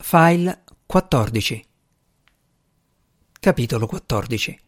File 14. Capitolo 14.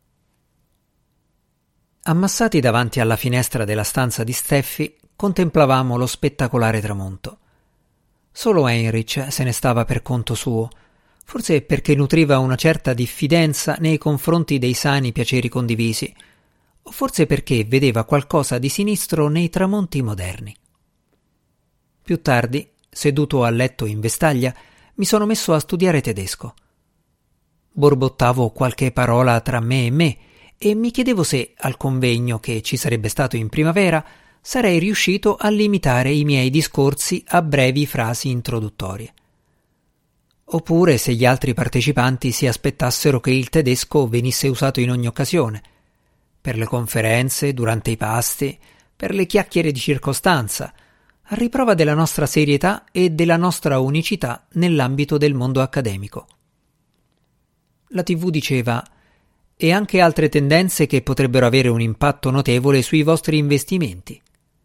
Ammassati davanti alla finestra della stanza di Steffi, contemplavamo lo spettacolare tramonto. Solo Heinrich se ne stava per conto suo, forse perché nutriva una certa diffidenza nei confronti dei sani piaceri condivisi, o forse perché vedeva qualcosa di sinistro nei tramonti moderni. Più tardi, seduto a letto in vestaglia, mi sono messo a studiare tedesco. Borbottavo qualche parola tra me e mi chiedevo se, al convegno che ci sarebbe stato in primavera, sarei riuscito a limitare i miei discorsi a brevi frasi introduttorie. Oppure se gli altri partecipanti si aspettassero che il tedesco venisse usato in ogni occasione, per le conferenze, durante i pasti, per le chiacchiere di circostanza, a riprova della nostra serietà e della nostra unicità nell'ambito del mondo accademico. La TV diceva: e anche altre tendenze che potrebbero avere un impatto notevole sui vostri investimenti.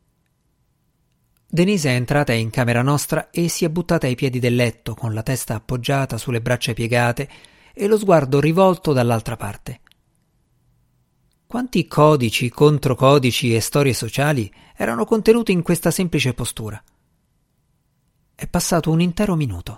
Denise è entrata in camera nostra e si è buttata ai piedi del letto con la testa appoggiata sulle braccia piegate e lo sguardo rivolto dall'altra parte. Quanti codici, controcodici e storie sociali erano contenuti in questa semplice postura? È passato un intero minuto.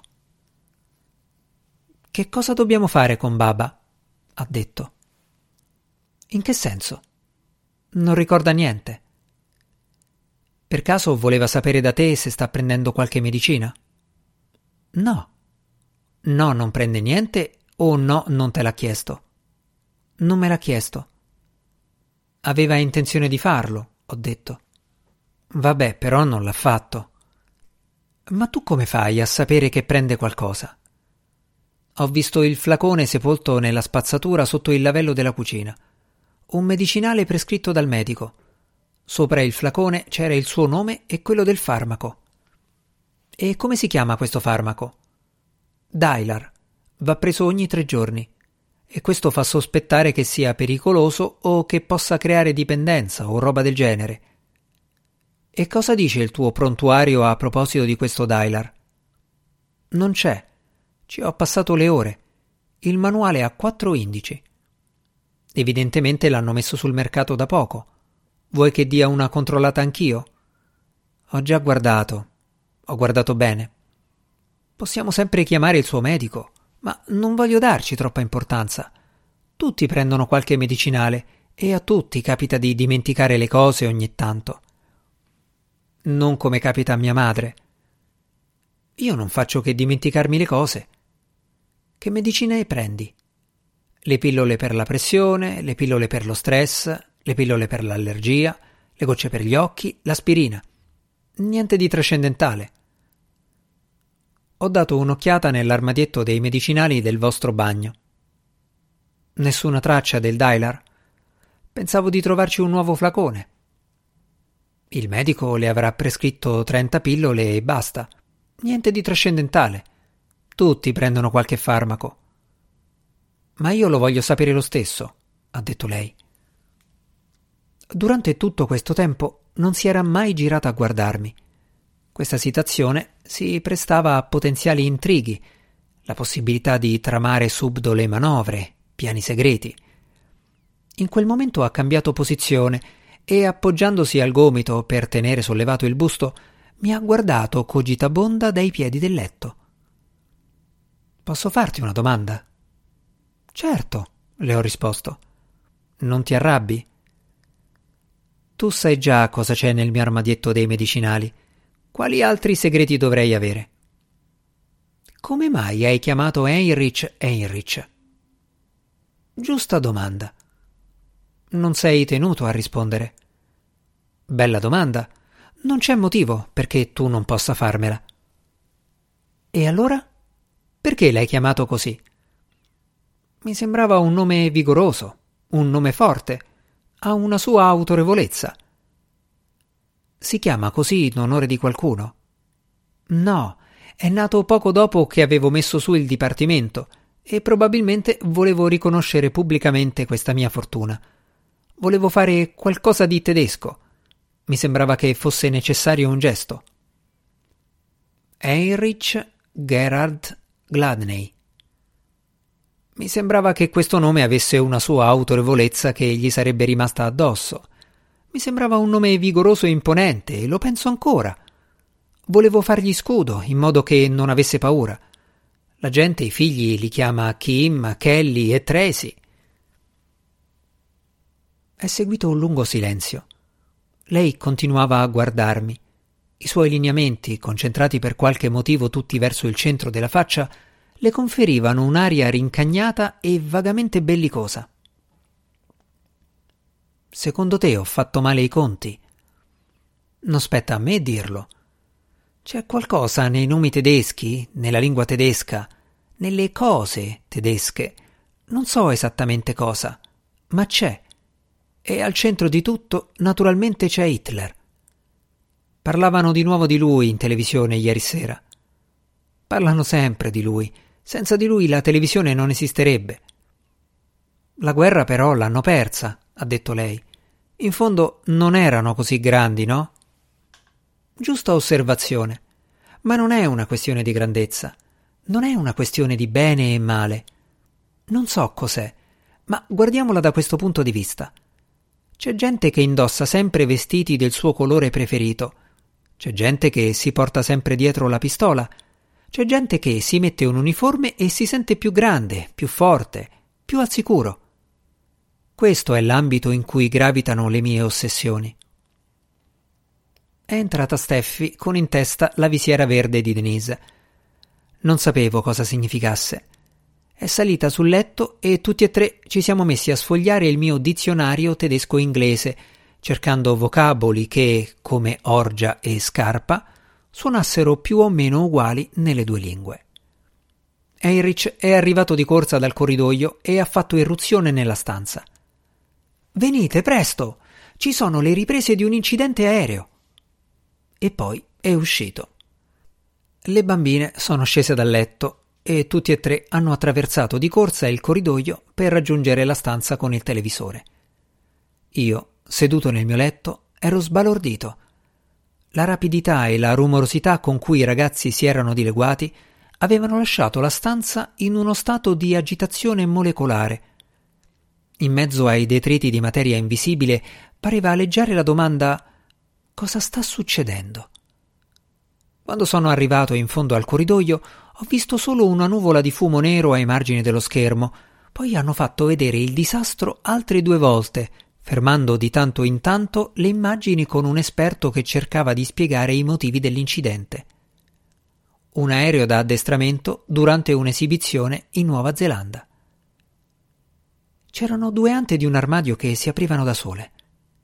«Che cosa dobbiamo fare con Baba?» ha detto. «In che senso?» «Non ricorda niente». «Per caso voleva sapere da te se sta prendendo qualche medicina?» «No». «No, non prende niente o no, non te l'ha chiesto?» «Non me l'ha chiesto». «Aveva intenzione di farlo», ho detto. «Vabbè, però non l'ha fatto». «Ma tu come fai a sapere che prende qualcosa?» «Ho visto il flacone sepolto nella spazzatura sotto il lavello della cucina. Un medicinale prescritto dal medico. Sopra il flacone c'era il suo nome e quello del farmaco». «E come si chiama questo farmaco?» «Dylar. Va preso ogni 3 giorni. E questo fa sospettare che sia pericoloso o che possa creare dipendenza o roba del genere». «E cosa dice il tuo prontuario a proposito di questo Dylar?» «Non c'è. Ci ho passato le ore. Il manuale ha 4 indici. Evidentemente l'hanno messo sul mercato da poco. Vuoi che dia una controllata anch'io?» «Ho già guardato. Ho guardato bene. Possiamo sempre chiamare il suo medico, ma non voglio darci troppa importanza. Tutti prendono qualche medicinale e a tutti capita di dimenticare le cose ogni tanto. Non come capita a mia madre. Io non faccio che dimenticarmi le cose. Che medicine prendi? Le pillole per la pressione, le pillole per lo stress, le pillole per l'allergia, le gocce per gli occhi, l'aspirina. Niente di trascendentale». Ho dato un'occhiata nell'armadietto dei medicinali del vostro bagno. Nessuna traccia del Dylar? Pensavo di trovarci un nuovo flacone. Il medico le avrà prescritto 30 pillole e basta. Niente di trascendentale. Tutti prendono qualche farmaco. «Ma io lo voglio sapere lo stesso», ha detto lei. Durante tutto questo tempo non si era mai girata a guardarmi. Questa situazione si prestava a potenziali intrighi, la possibilità di tramare subdole manovre, piani segreti. In quel momento ha cambiato posizione e, appoggiandosi al gomito per tenere sollevato il busto, mi ha guardato cogitabonda dai piedi del letto. «Posso farti una domanda?» «Certo», le ho risposto. «Non ti arrabbi?» «Tu sai già cosa c'è nel mio armadietto dei medicinali. Quali altri segreti dovrei avere?» «Come mai hai chiamato Heinrich?» «Giusta domanda». «Non sei tenuto a rispondere?» «Bella domanda. Non c'è motivo perché tu non possa farmela». «E allora? Perché l'hai chiamato così?» «Mi sembrava un nome vigoroso, un nome forte, ha una sua autorevolezza». «Si chiama così in onore di qualcuno?» «No, è nato poco dopo che avevo messo su il dipartimento e probabilmente volevo riconoscere pubblicamente questa mia fortuna. Volevo fare qualcosa di tedesco. Mi sembrava che fosse necessario un gesto». Heinrich Gerhard Gladney. Mi sembrava che questo nome avesse una sua autorevolezza che gli sarebbe rimasta addosso. Mi sembrava un nome vigoroso e imponente, e lo penso ancora. Volevo fargli scudo, in modo che non avesse paura. La gente, i figli, li chiama Kim, Kelly e Tracy. È seguito un lungo silenzio. Lei continuava a guardarmi. I suoi lineamenti, concentrati per qualche motivo tutti verso il centro della faccia, le conferivano un'aria rincagnata e vagamente bellicosa. Secondo te ho fatto male i conti? Non spetta a me dirlo. C'è qualcosa nei nomi tedeschi, nella lingua tedesca, nelle cose tedesche. Non so esattamente cosa, ma c'è. E al centro di tutto, naturalmente, c'è Hitler. Parlavano di nuovo di lui in televisione ieri sera. Parlano sempre di lui. Senza di lui la televisione non esisterebbe. La guerra però l'hanno persa, ha detto lei. In fondo non erano così grandi, no? Giusta osservazione. Ma non è una questione di grandezza. Non è una questione di bene e male. Non so cos'è, ma guardiamola da questo punto di vista. C'è gente che indossa sempre vestiti del suo colore preferito. C'è gente che si porta sempre dietro la pistola. C'è gente che si mette un uniforme e si sente più grande, più forte, più al sicuro. Questo è l'ambito in cui gravitano le mie ossessioni. È entrata Steffi con in testa la visiera verde di Denise. Non sapevo cosa significasse. È salita sul letto e tutti e tre ci siamo messi a sfogliare il mio dizionario tedesco-inglese, cercando vocaboli che, come orgia e scarpa, suonassero più o meno uguali nelle due lingue. Heinrich è arrivato di corsa dal corridoio e ha fatto irruzione nella stanza. «Venite, presto! Ci sono le riprese di un incidente aereo!» E poi è uscito. Le bambine sono scese dal letto e tutti e tre hanno attraversato di corsa il corridoio per raggiungere la stanza con il televisore. Io, seduto nel mio letto, ero sbalordito. La rapidità e la rumorosità con cui i ragazzi si erano dileguati avevano lasciato la stanza in uno stato di agitazione molecolare. In mezzo ai detriti di materia invisibile pareva aleggiare la domanda: cosa sta succedendo? Quando sono arrivato in fondo al corridoio ho visto solo una nuvola di fumo nero ai margini dello schermo. Poi hanno fatto vedere il disastro altre 2 volte, fermando di tanto in tanto le immagini con un esperto che cercava di spiegare i motivi dell'incidente. Un aereo da addestramento durante un'esibizione in Nuova Zelanda. C'erano 2 ante di un armadio che si aprivano da sole.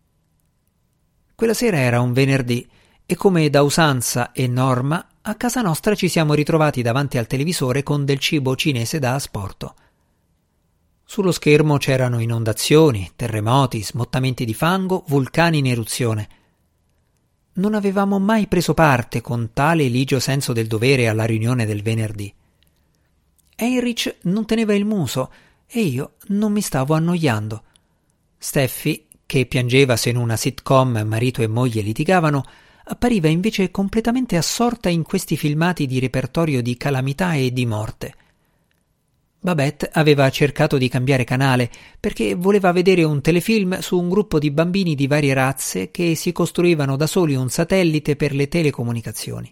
Quella sera era un venerdì e, come da usanza e norma, a casa nostra ci siamo ritrovati davanti al televisore con del cibo cinese da asporto. Sullo schermo c'erano inondazioni, terremoti, smottamenti di fango, vulcani in eruzione. Non avevamo mai preso parte con tale ligio senso del dovere alla riunione del venerdì. Heinrich non teneva il muso e io non mi stavo annoiando. Steffi, che piangeva se in una sitcom marito e moglie litigavano, appariva invece completamente assorta in questi filmati di repertorio di calamità e di morte. Babette aveva cercato di cambiare canale perché voleva vedere un telefilm su un gruppo di bambini di varie razze che si costruivano da soli un satellite per le telecomunicazioni.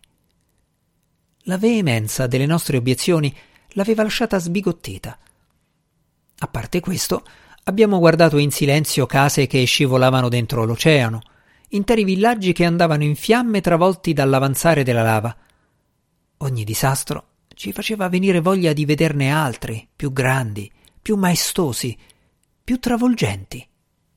La veemenza delle nostre obiezioni l'aveva lasciata sbigottita. A parte questo, abbiamo guardato in silenzio case che scivolavano dentro l'oceano, interi villaggi che andavano in fiamme travolti dall'avanzare della lava. Ogni disastro ci faceva venire voglia di vederne altri, più grandi, più maestosi, più travolgenti.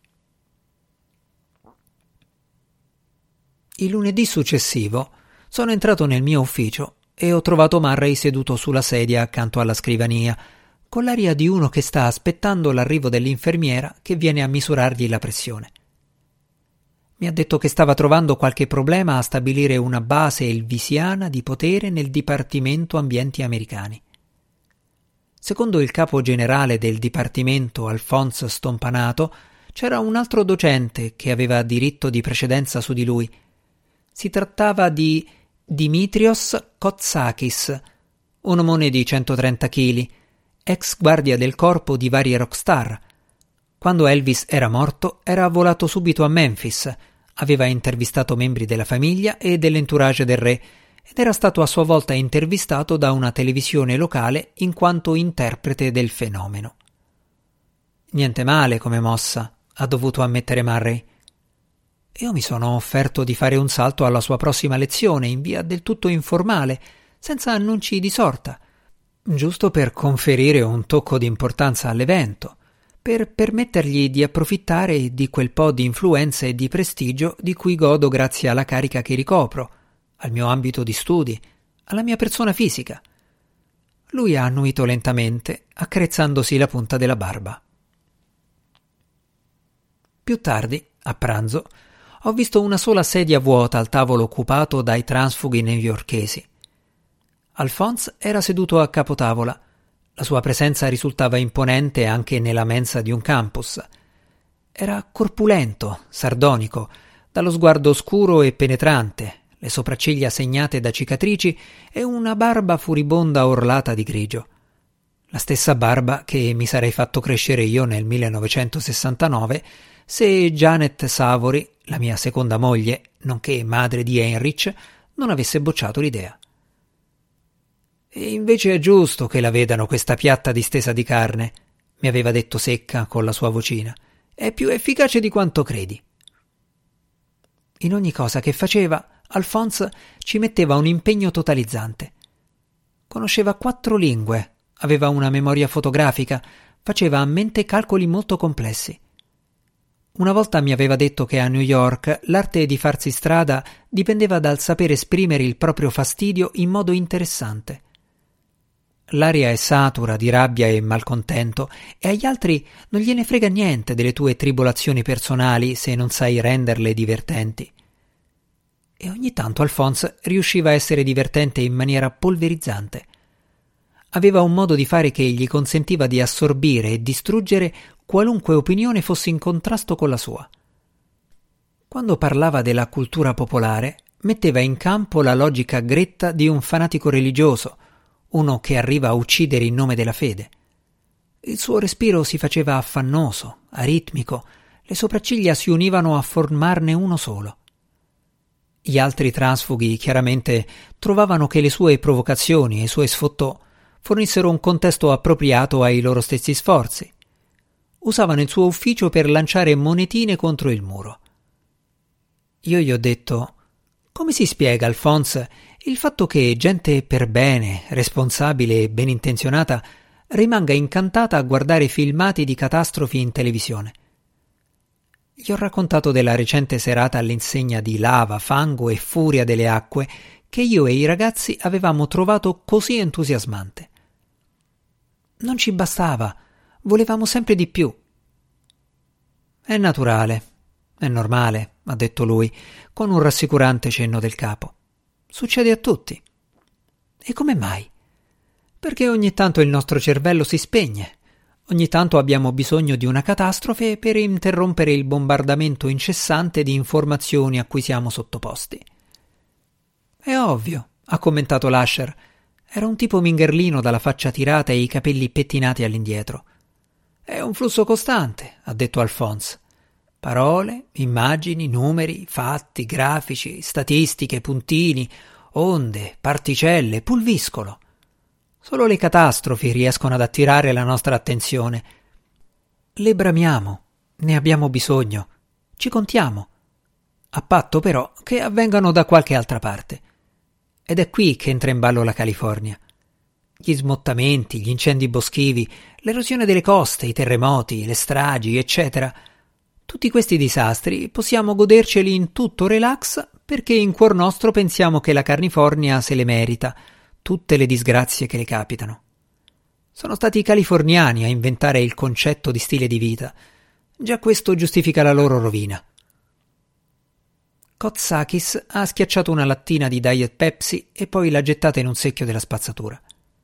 Il lunedì successivo sono entrato nel mio ufficio e ho trovato Murray seduto sulla sedia accanto alla scrivania, con l'aria di uno che sta aspettando l'arrivo dell'infermiera che viene a misurargli la pressione. Mi ha detto che stava trovando qualche problema a stabilire una base elvisiana di potere nel Dipartimento Ambienti americani. Secondo il capo generale del Dipartimento, Alphonse Stompanato, c'era un altro docente che aveva diritto di precedenza su di lui. Si trattava di Dimitrios Kotsakis, un omone di 130 kg, ex guardia del corpo di varie rockstar. Quando Elvis era morto, era volato subito a Memphis, aveva intervistato membri della famiglia e dell'entourage del re ed era stato a sua volta intervistato da una televisione locale in quanto interprete del fenomeno. Niente male come mossa, ha dovuto ammettere Murray. Io mi sono offerto di fare un salto alla sua prossima lezione in via del tutto informale, senza annunci di sorta, giusto per conferire un tocco di importanza all'evento, per permettergli di approfittare di quel po' di influenza e di prestigio di cui godo grazie alla carica che ricopro, al mio ambito di studi, alla mia persona fisica. Lui ha annuito lentamente, accarezzandosi la punta della barba. Più tardi, a pranzo, ho visto una sola sedia vuota al tavolo occupato dai transfughi newyorkesi. Alphonse era seduto a capotavola. La sua presenza risultava imponente anche nella mensa di un campus. Era corpulento, sardonico, dallo sguardo scuro e penetrante, le sopracciglia segnate da cicatrici e una barba furibonda orlata di grigio. La stessa barba che mi sarei fatto crescere io nel 1969 se Janet Savory, la mia seconda moglie, nonché madre di Heinrich, non avesse bocciato l'idea. E invece è giusto che la vedano questa piatta distesa di carne, mi aveva detto secca con la sua vocina. È più efficace di quanto credi. In ogni cosa che faceva, Alphonse ci metteva un impegno totalizzante. Conosceva 4 lingue, aveva una memoria fotografica, faceva a mente calcoli molto complessi. Una volta mi aveva detto che a New York l'arte di farsi strada dipendeva dal sapere esprimere il proprio fastidio in modo interessante. L'aria è satura di rabbia e malcontento e agli altri non gliene frega niente delle tue tribolazioni personali se non sai renderle divertenti. E ogni tanto Alphonse riusciva a essere divertente in maniera polverizzante. Aveva un modo di fare che gli consentiva di assorbire e distruggere qualunque opinione fosse in contrasto con la sua. Quando parlava della cultura popolare, metteva in campo la logica gretta di un fanatico religioso, uno che arriva a uccidere in nome della fede. Il suo respiro si faceva affannoso, aritmico, le sopracciglia si univano a formarne uno solo. Gli altri transfughi chiaramente trovavano che le sue provocazioni e i suoi sfottò fornissero un contesto appropriato ai loro stessi sforzi. Usavano il suo ufficio per lanciare monetine contro il muro. Io gli ho detto: come si spiega, Alphonse, il fatto che gente per bene, responsabile e ben intenzionata rimanga incantata a guardare filmati di catastrofi in televisione? Gli ho raccontato della recente serata all'insegna di lava, fango e furia delle acque che io e i ragazzi avevamo trovato così entusiasmante. Non ci bastava, volevamo sempre di più. È naturale, è normale, ha detto lui, con un rassicurante cenno del capo. Succede a tutti. E come mai? Perché ogni tanto il nostro cervello si spegne. Ogni tanto abbiamo bisogno di una catastrofe per interrompere il bombardamento incessante di informazioni a cui siamo sottoposti. È ovvio, ha commentato Lasher. Era un tipo mingherlino dalla faccia tirata e i capelli pettinati all'indietro. È un flusso costante, ha detto Alphonse. Parole, immagini, numeri, fatti, grafici, statistiche, puntini, onde, particelle, pulviscolo. Solo le catastrofi riescono ad attirare la nostra attenzione. Le bramiamo, ne abbiamo bisogno, ci contiamo, a patto però che avvengano da qualche altra parte. Ed è qui che entra in ballo la California. Gli smottamenti, gli incendi boschivi, l'erosione delle coste, i terremoti, le stragi, eccetera. Tutti questi disastri possiamo goderceli in tutto relax perché in cuor nostro pensiamo che la California se le merita, tutte le disgrazie che le capitano. Sono stati i californiani a inventare il concetto di stile di vita. Già questo giustifica la loro rovina. Kotsakis ha schiacciato una lattina di Diet Pepsi e poi l'ha gettata in un secchio della spazzatura.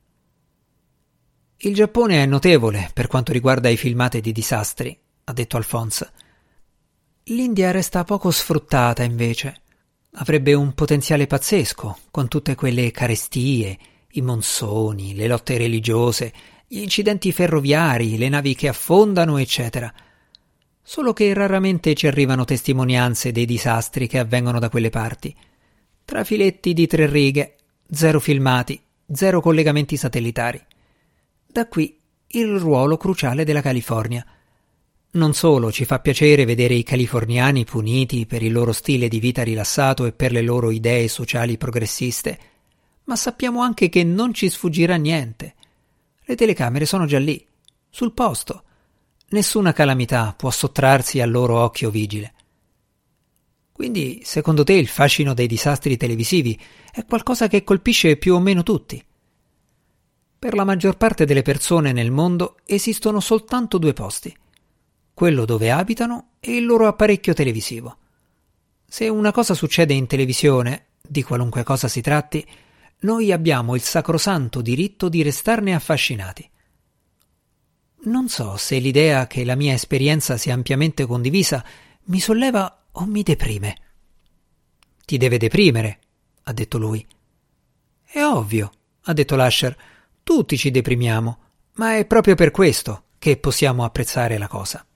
Il Giappone è notevole per quanto riguarda i filmati di disastri, ha detto Alphonse. L'India resta poco sfruttata invece. Avrebbe un potenziale pazzesco con tutte quelle carestie, I monsoni, le lotte religiose, gli incidenti ferroviari, le navi che affondano, eccetera. Solo che raramente ci arrivano testimonianze dei disastri che avvengono da quelle parti. Trafiletti di 3 righe, 0 filmati, 0 collegamenti satellitari. Da qui il ruolo cruciale della California. Non solo ci fa piacere vedere i californiani puniti per il loro stile di vita rilassato e per le loro idee sociali progressiste, ma sappiamo anche che non ci sfuggirà niente. Le telecamere sono già lì, sul posto. Nessuna calamità può sottrarsi al loro occhio vigile. Quindi, secondo te, il fascino dei disastri televisivi è qualcosa che colpisce più o meno tutti? Per la maggior parte delle persone nel mondo esistono soltanto 2 posti: quello dove abitano e il loro apparecchio televisivo. Se una cosa succede in televisione, di qualunque cosa si tratti, noi abbiamo il sacrosanto diritto di restarne affascinati. Non so se l'idea che la mia esperienza sia ampiamente condivisa mi solleva o mi deprime. Ti deve deprimere, ha detto lui. È ovvio, ha detto Lasher, tutti ci deprimiamo, ma è proprio per questo che possiamo apprezzare la cosa.